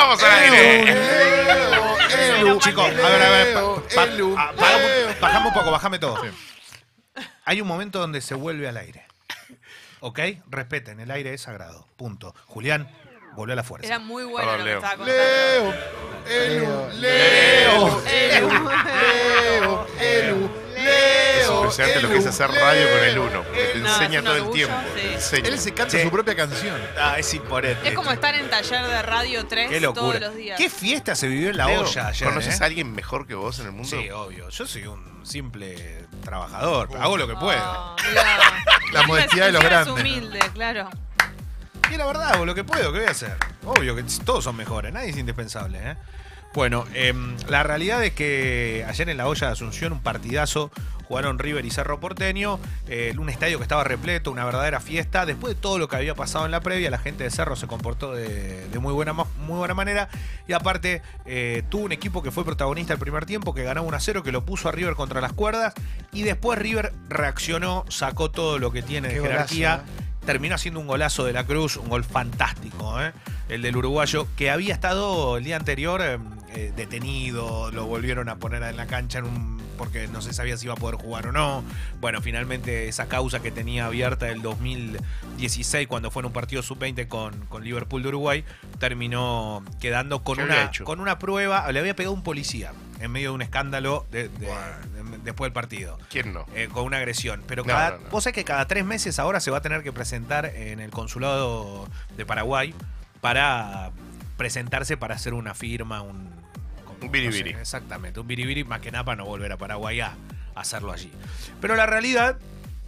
¡Estamos al aire! Chicos, a ver. Bajamos un poco, bajame todo. Hay un momento donde se vuelve al aire. ¿Ok? Respeten, el aire es sagrado. Punto. Julián, volvió a la fuerza. Era muy bueno lo que Leo. estaba contando. Es impresionante lo que es hacer radio con el 1. Porque te No, enseña es un todo el orgullo, tiempo. sí. Te enseña. Él se canta Sí. su propia canción. Es imponente. Es como estar en taller de Radio 3 Qué locura. todos los días. ¿Qué fiesta se vivió en la Leo, olla ayer? ¿conoces a alguien mejor que vos en el mundo? Sí, obvio. Yo soy un simple trabajador. Hago lo que puedo. Oh, mirá. La modestia de los Encima es grandes, ¿no? humilde, claro. Y la verdad, hago lo que puedo. ¿Qué voy a hacer? Obvio que todos son mejores. Nadie es indispensable, ¿eh? Bueno, la realidad es que ayer en la olla de Asunción, un partidazo, jugaron River y Cerro Porteño, un estadio que estaba repleto, una verdadera fiesta. Después de todo lo que había pasado en la previa, la gente de Cerro se comportó de muy buena manera. Y aparte, tuvo un equipo que fue protagonista el primer tiempo, que ganó 1-0, que lo puso a River contra las cuerdas. Y después River reaccionó, sacó todo lo que tiene de Qué jerarquía. golazo, Terminó haciendo un golazo de la Cruz, un gol fantástico, el del uruguayo, que había estado el día anterior detenido, lo volvieron a poner en la cancha porque no se sabía si iba a poder jugar o no. Bueno, finalmente esa causa que tenía abierta el 2016 cuando fue en un partido sub-20 con Liverpool de Uruguay, terminó quedando con ¿Qué había hecho? con una prueba. Le había pegado un policía en medio de un escándalo después del partido. ¿Quién no? Con una agresión. Pero No, no. vos sabés que cada 3 meses ahora se va a tener que presentar en el consulado de Paraguay para presentarse para hacer una firma, un biribiri. No sé, exactamente, un biribiri, más que nada para no volver a Paraguay a hacerlo allí. Pero la realidad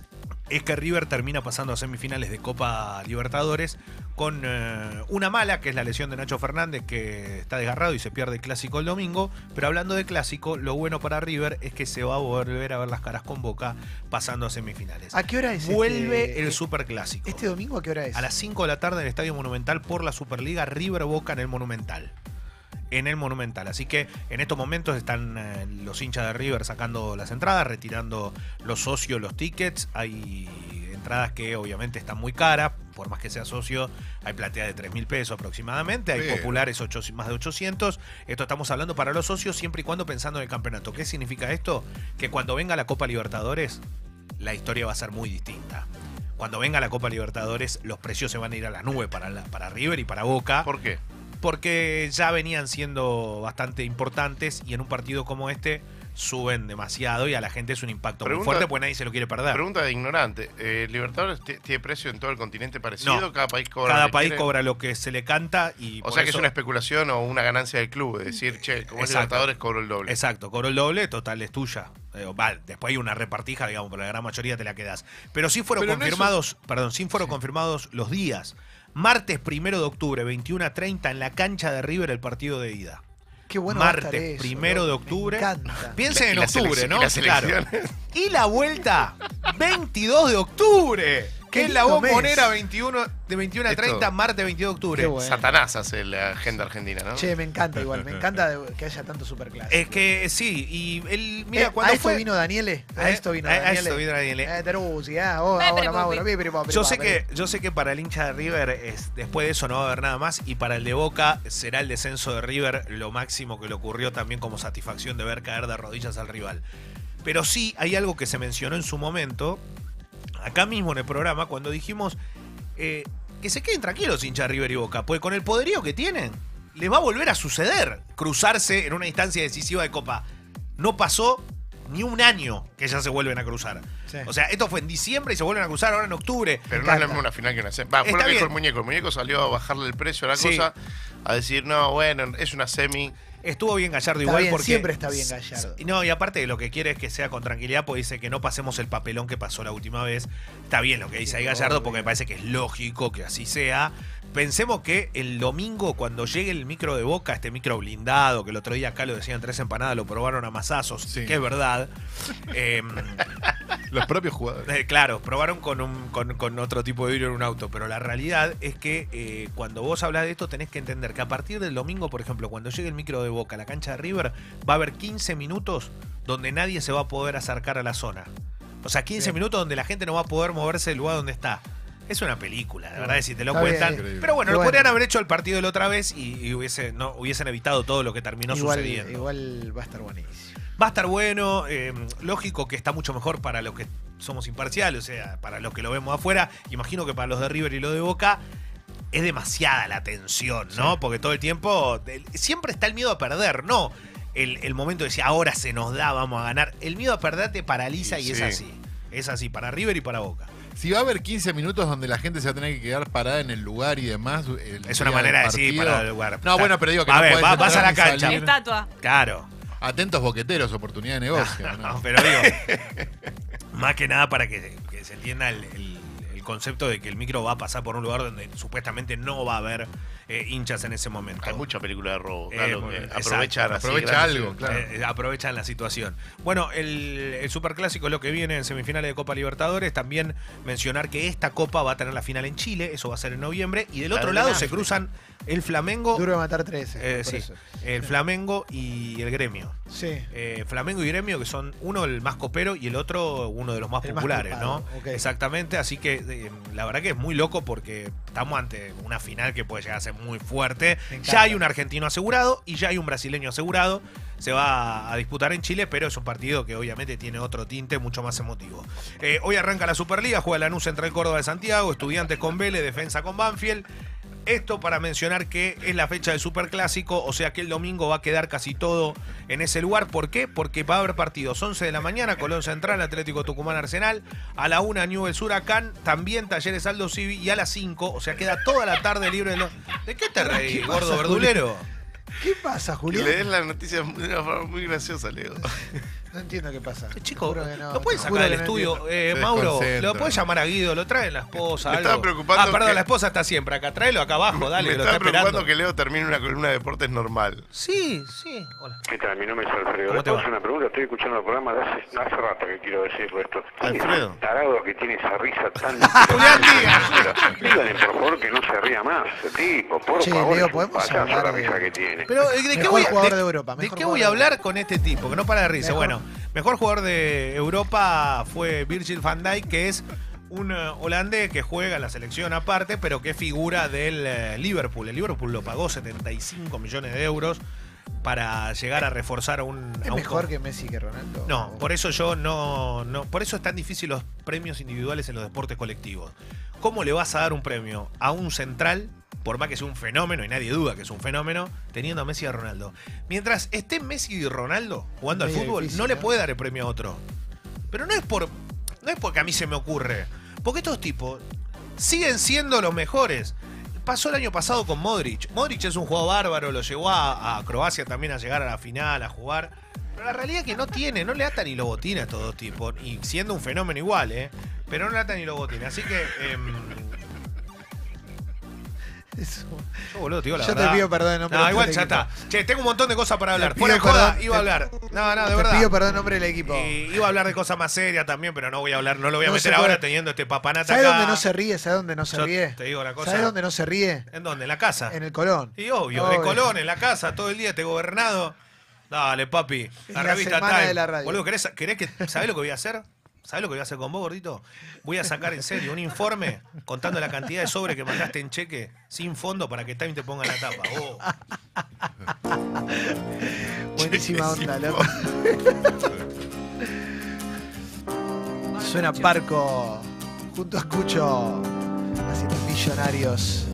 es que River termina pasando a semifinales de Copa Libertadores con una mala, que es la lesión de Nacho Fernández, que está desgarrado y se pierde el Clásico el domingo. Pero hablando de Clásico, lo bueno para River es que se va a volver a ver las caras con Boca pasando a semifinales. ¿A qué hora es Vuelve el Superclásico. ¿Este domingo a qué hora es? A las 5 de la tarde en el Estadio Monumental por la Superliga, River Boca en el Monumental. En el Monumental. Así que en estos momentos están los hinchas de River sacando las entradas, retirando los socios, los tickets. Hay entradas que obviamente están muy caras. Por más que sea socio, hay platea de 3.000 pesos aproximadamente. Hay Bien. populares más de 800. Esto estamos hablando para los socios siempre y cuando pensando en el campeonato. ¿Qué significa esto? Que cuando venga la Copa Libertadores, la historia va a ser muy distinta. Cuando venga la Copa Libertadores, los precios se van a ir a la nube para River y para Boca. ¿Por qué? Porque ya venían siendo bastante importantes y en un partido como este suben demasiado y a la gente es un impacto muy fuerte porque nadie se lo quiere perder. Pregunta de ignorante. ¿Libertadores tiene precio en todo el continente parecido? No. ¿Cada país cobra Cada lo que país quiere? cobra lo que se le canta y O por sea que eso- es una especulación o una ganancia del club. Es decir, che, como es Exacto. Libertadores, cobro el doble. Exacto, cobro el doble, total es tuya. Después hay una repartija, digamos, pero la gran mayoría te la quedas. Pero sí fueron Pero no confirmados, confirmados los días. Martes 1 de octubre, 21:30 en la cancha de River el partido de ida. Qué bueno va a estar Martes eso, 1 de me octubre. encanta. Piensen Y en la octubre, selección- ¿no? y las Claro. elecciones. Y la vuelta, 22 de octubre. Qué Que es la lindo bombonera mes. 21 a 30, Esto- martes 22 de octubre. Qué bueno. Satanás hace la agenda argentina, ¿no? Che, me encanta igual, me encanta que haya tanto superclásico. Es que sí, y él, mira, ¿A cuando esto fue... vino Daniele? ¿A esto vino a Daniele? esto vino Daniele. Teruzzi, ahora Pepe, Mauro. Popi. Yo sé que para el hincha de River después de eso no va a haber nada más y para el de Boca será el descenso de River lo máximo que le ocurrió también como satisfacción de ver caer de rodillas al rival. Pero sí hay algo que se mencionó en su momento, acá mismo en el programa, cuando dijimos que se queden tranquilos hincha de River y Boca, porque con el poderío que tienen les va a volver a suceder cruzarse en una instancia decisiva de Copa. No pasó ni un año que ya se vuelven a cruzar. Sí. O sea, esto fue en diciembre y se vuelven a cruzar ahora en octubre. Pero Me no es la encanta. misma una final que una semi. Va, fue Está lo que dijo bien. el muñeco. El muñeco salió a bajarle el precio a la Sí. cosa, a decir, no, bueno, es una semi. Estuvo bien Gallardo Está igual bien, porque... siempre está bien Gallardo. No, y aparte lo que quiere es que sea con tranquilidad, porque dice que no pasemos el papelón que pasó la última vez. Está bien lo que dice ahí Gallardo, porque me parece que es lógico que así sea. Pensemos que el domingo, cuando llegue el micro de Boca, este micro blindado, que el otro día acá lo decían 3 empanadas, lo probaron a masazos, Sí. que es verdad. Los propios jugadores. Claro, probaron con otro tipo de vidrio en un auto, pero la realidad es que cuando vos hablas de esto tenés que entender que a partir del domingo, por ejemplo, cuando llegue el micro de Boca a la cancha de River, va a haber 15 minutos donde nadie se va a poder acercar a la zona. O sea, 15 Bien. minutos donde la gente no va a poder moverse del lugar donde está. Es una película, la verdad, es si te lo Está cuentan. bien. Pero bueno, Y lo bueno. podrían haber hecho el partido la otra vez y hubiesen evitado todo lo que terminó sucediendo. Igual va a estar buenísimo. Va a estar bueno, lógico que está mucho mejor para los que somos imparciales, o sea, para los que lo vemos afuera. Imagino que para los de River y los de Boca es demasiada la tensión, ¿no? Sí. Porque todo el tiempo siempre está el miedo a perder, ¿no? El momento de decir, ahora se nos da, vamos a ganar. El miedo a perder te paraliza y Sí. es así. Es así, para River y para Boca. Si va a haber 15 minutos donde la gente se va a tener que quedar parada en el lugar y demás. Es una manera de decir para el lugar. No, bueno, pero digo que A no ver, podés vas a la entrar ni cancha. salir. Estatua. Claro. Atentos boqueteros, oportunidad de negocio. ¿no? No, pero digo, más que nada para que se entienda el concepto de que el micro va a pasar por un lugar donde supuestamente no va a haber hinchas en ese momento. Hay mucha película de robo. Exacto. Aprovechan así Aprovecha grandes- algo, claro. Aprovechan la situación. Bueno, el Superclásico es lo que viene en semifinales de Copa Libertadores. También mencionar que esta Copa va a tener la final en Chile, eso va a ser en noviembre. Y del La otro de lado Ben se Affleck. cruzan el Flamengo, Duro de matar 13. por sí, eso. el Flamengo y el Gremio. Sí. Flamengo y Gremio, que son uno el más copero y el otro uno de los más El más populares, copado, ¿no? ok. Exactamente, así que la verdad que es muy loco porque estamos ante una final que puede llegar a ser muy fuerte. Me encanta. Ya hay un argentino asegurado y ya hay un brasileño asegurado. Se va a disputar en Chile, pero es un partido que obviamente tiene otro tinte mucho más emotivo. Hoy arranca la Superliga, juega Lanús entre el Córdoba de Santiago, Estudiantes con Vélez, Defensa con Banfield. Esto para mencionar que es la fecha del Superclásico, o sea que el domingo va a quedar casi todo en ese lugar. ¿Por qué? Porque va a haber partidos 11 de la mañana, Colón Central, Atlético Tucumán, Arsenal, a la 1 Newell's Huracán, también Talleres Aldo Civi y a las 5, o sea queda toda la tarde libre. ¿De qué te reís, ¿Qué gordo pasa, verdulero? ¿Qué pasa, Que Julián? lees las noticias de una forma muy graciosa, Leo. No entiendo qué pasa. Chico, Juro que no, lo puedes te juro sacar del que no estudio. entiendo. Se Mauro, desconcentra. lo puedes llamar a Guido, lo traen la esposa. Me algo. estaba preocupando Perdón, que- la esposa está siempre acá. Tráelo acá abajo, dale, Me que lo estaba está esperando. preocupando que Leo termine una columna de deportes normal. Sí, sí. Hola. ¿Qué tal? Mi nombre es Alfredo. ¿Cómo ¿Le te puedo va? hacer una pregunta? Estoy escuchando el programa de hace rato que quiero decirlo esto. ¿Quién es Alfredo. el tarado que tiene esa risa tan... Julián Díaz. Díganle, por favor, que no se ría más, ese tipo. Por Che, favor, Leo, es un ¿podemos payaso hablar la de- risa que tiene. Pero, ¿de qué Mejor voy, jugador de, de Europa, ¿de mejor qué jugador voy de a Europa. hablar con este tipo? Que no para de risa. Mejor. Bueno, mejor jugador de Europa fue Virgil van Dijk, que es un holandés que juega en la selección aparte, pero que figura del Liverpool. El Liverpool lo pagó 75 millones de euros para llegar a reforzar a un... ¿Es a un mejor que Messi que Ronaldo? No, por eso yo no, por eso es tan difícil los premios individuales en los deportes colectivos. ¿Cómo le vas a dar un premio a un central, por más que sea un fenómeno, y nadie duda que es un fenómeno, teniendo a Messi y a Ronaldo? Mientras esté Messi y Ronaldo jugando al Medio fútbol, difícil, no le ¿no? puede dar el premio a otro. Pero no es porque a mí se me ocurre. Porque estos tipos siguen siendo los mejores. Pasó el año pasado con Modric. Modric es un jugador bárbaro, lo llevó a Croacia también a llegar a la final, a jugar. Pero la realidad es que no le ata ni lo botina a estos dos tipos. Y siendo un fenómeno igual, pero no le ata ni lo botina. Así que, Eso. yo boludo, te digo la Yo te verdad. pido perdón en nombre No, de igual todo ya el equipo. está. Che, tengo un montón de cosas para hablar. Te Fuera de pido joda, perdón, iba a hablar. No, de Te verdad. pido perdón en nombre del equipo. Iba a hablar de cosas más serias también, pero no voy a hablar, no lo voy a No meter se puede. ahora teniendo este papanata ¿Sabes acá. dónde no se ríe? ¿Sabes dónde no se Yo ríe? te digo una cosa. ¿Sabes dónde no se ríe? ¿En dónde? ¿En la casa? En el Colón. Y obvio, de Colón, en la casa, todo el día te he gobernado. Dale, papi. La La revista semana Time. de la radio. Boludo, ¿querés que sabés lo que voy a hacer? ¿Sabés lo que voy a hacer con vos, gordito? Voy a sacar en serio un informe contando la cantidad de sobres que mandaste en cheque sin fondo para que Time te ponga en la tapa. Oh. Buenísima onda, loco. Suena Parco junto a Escucho haciendo Millonarios.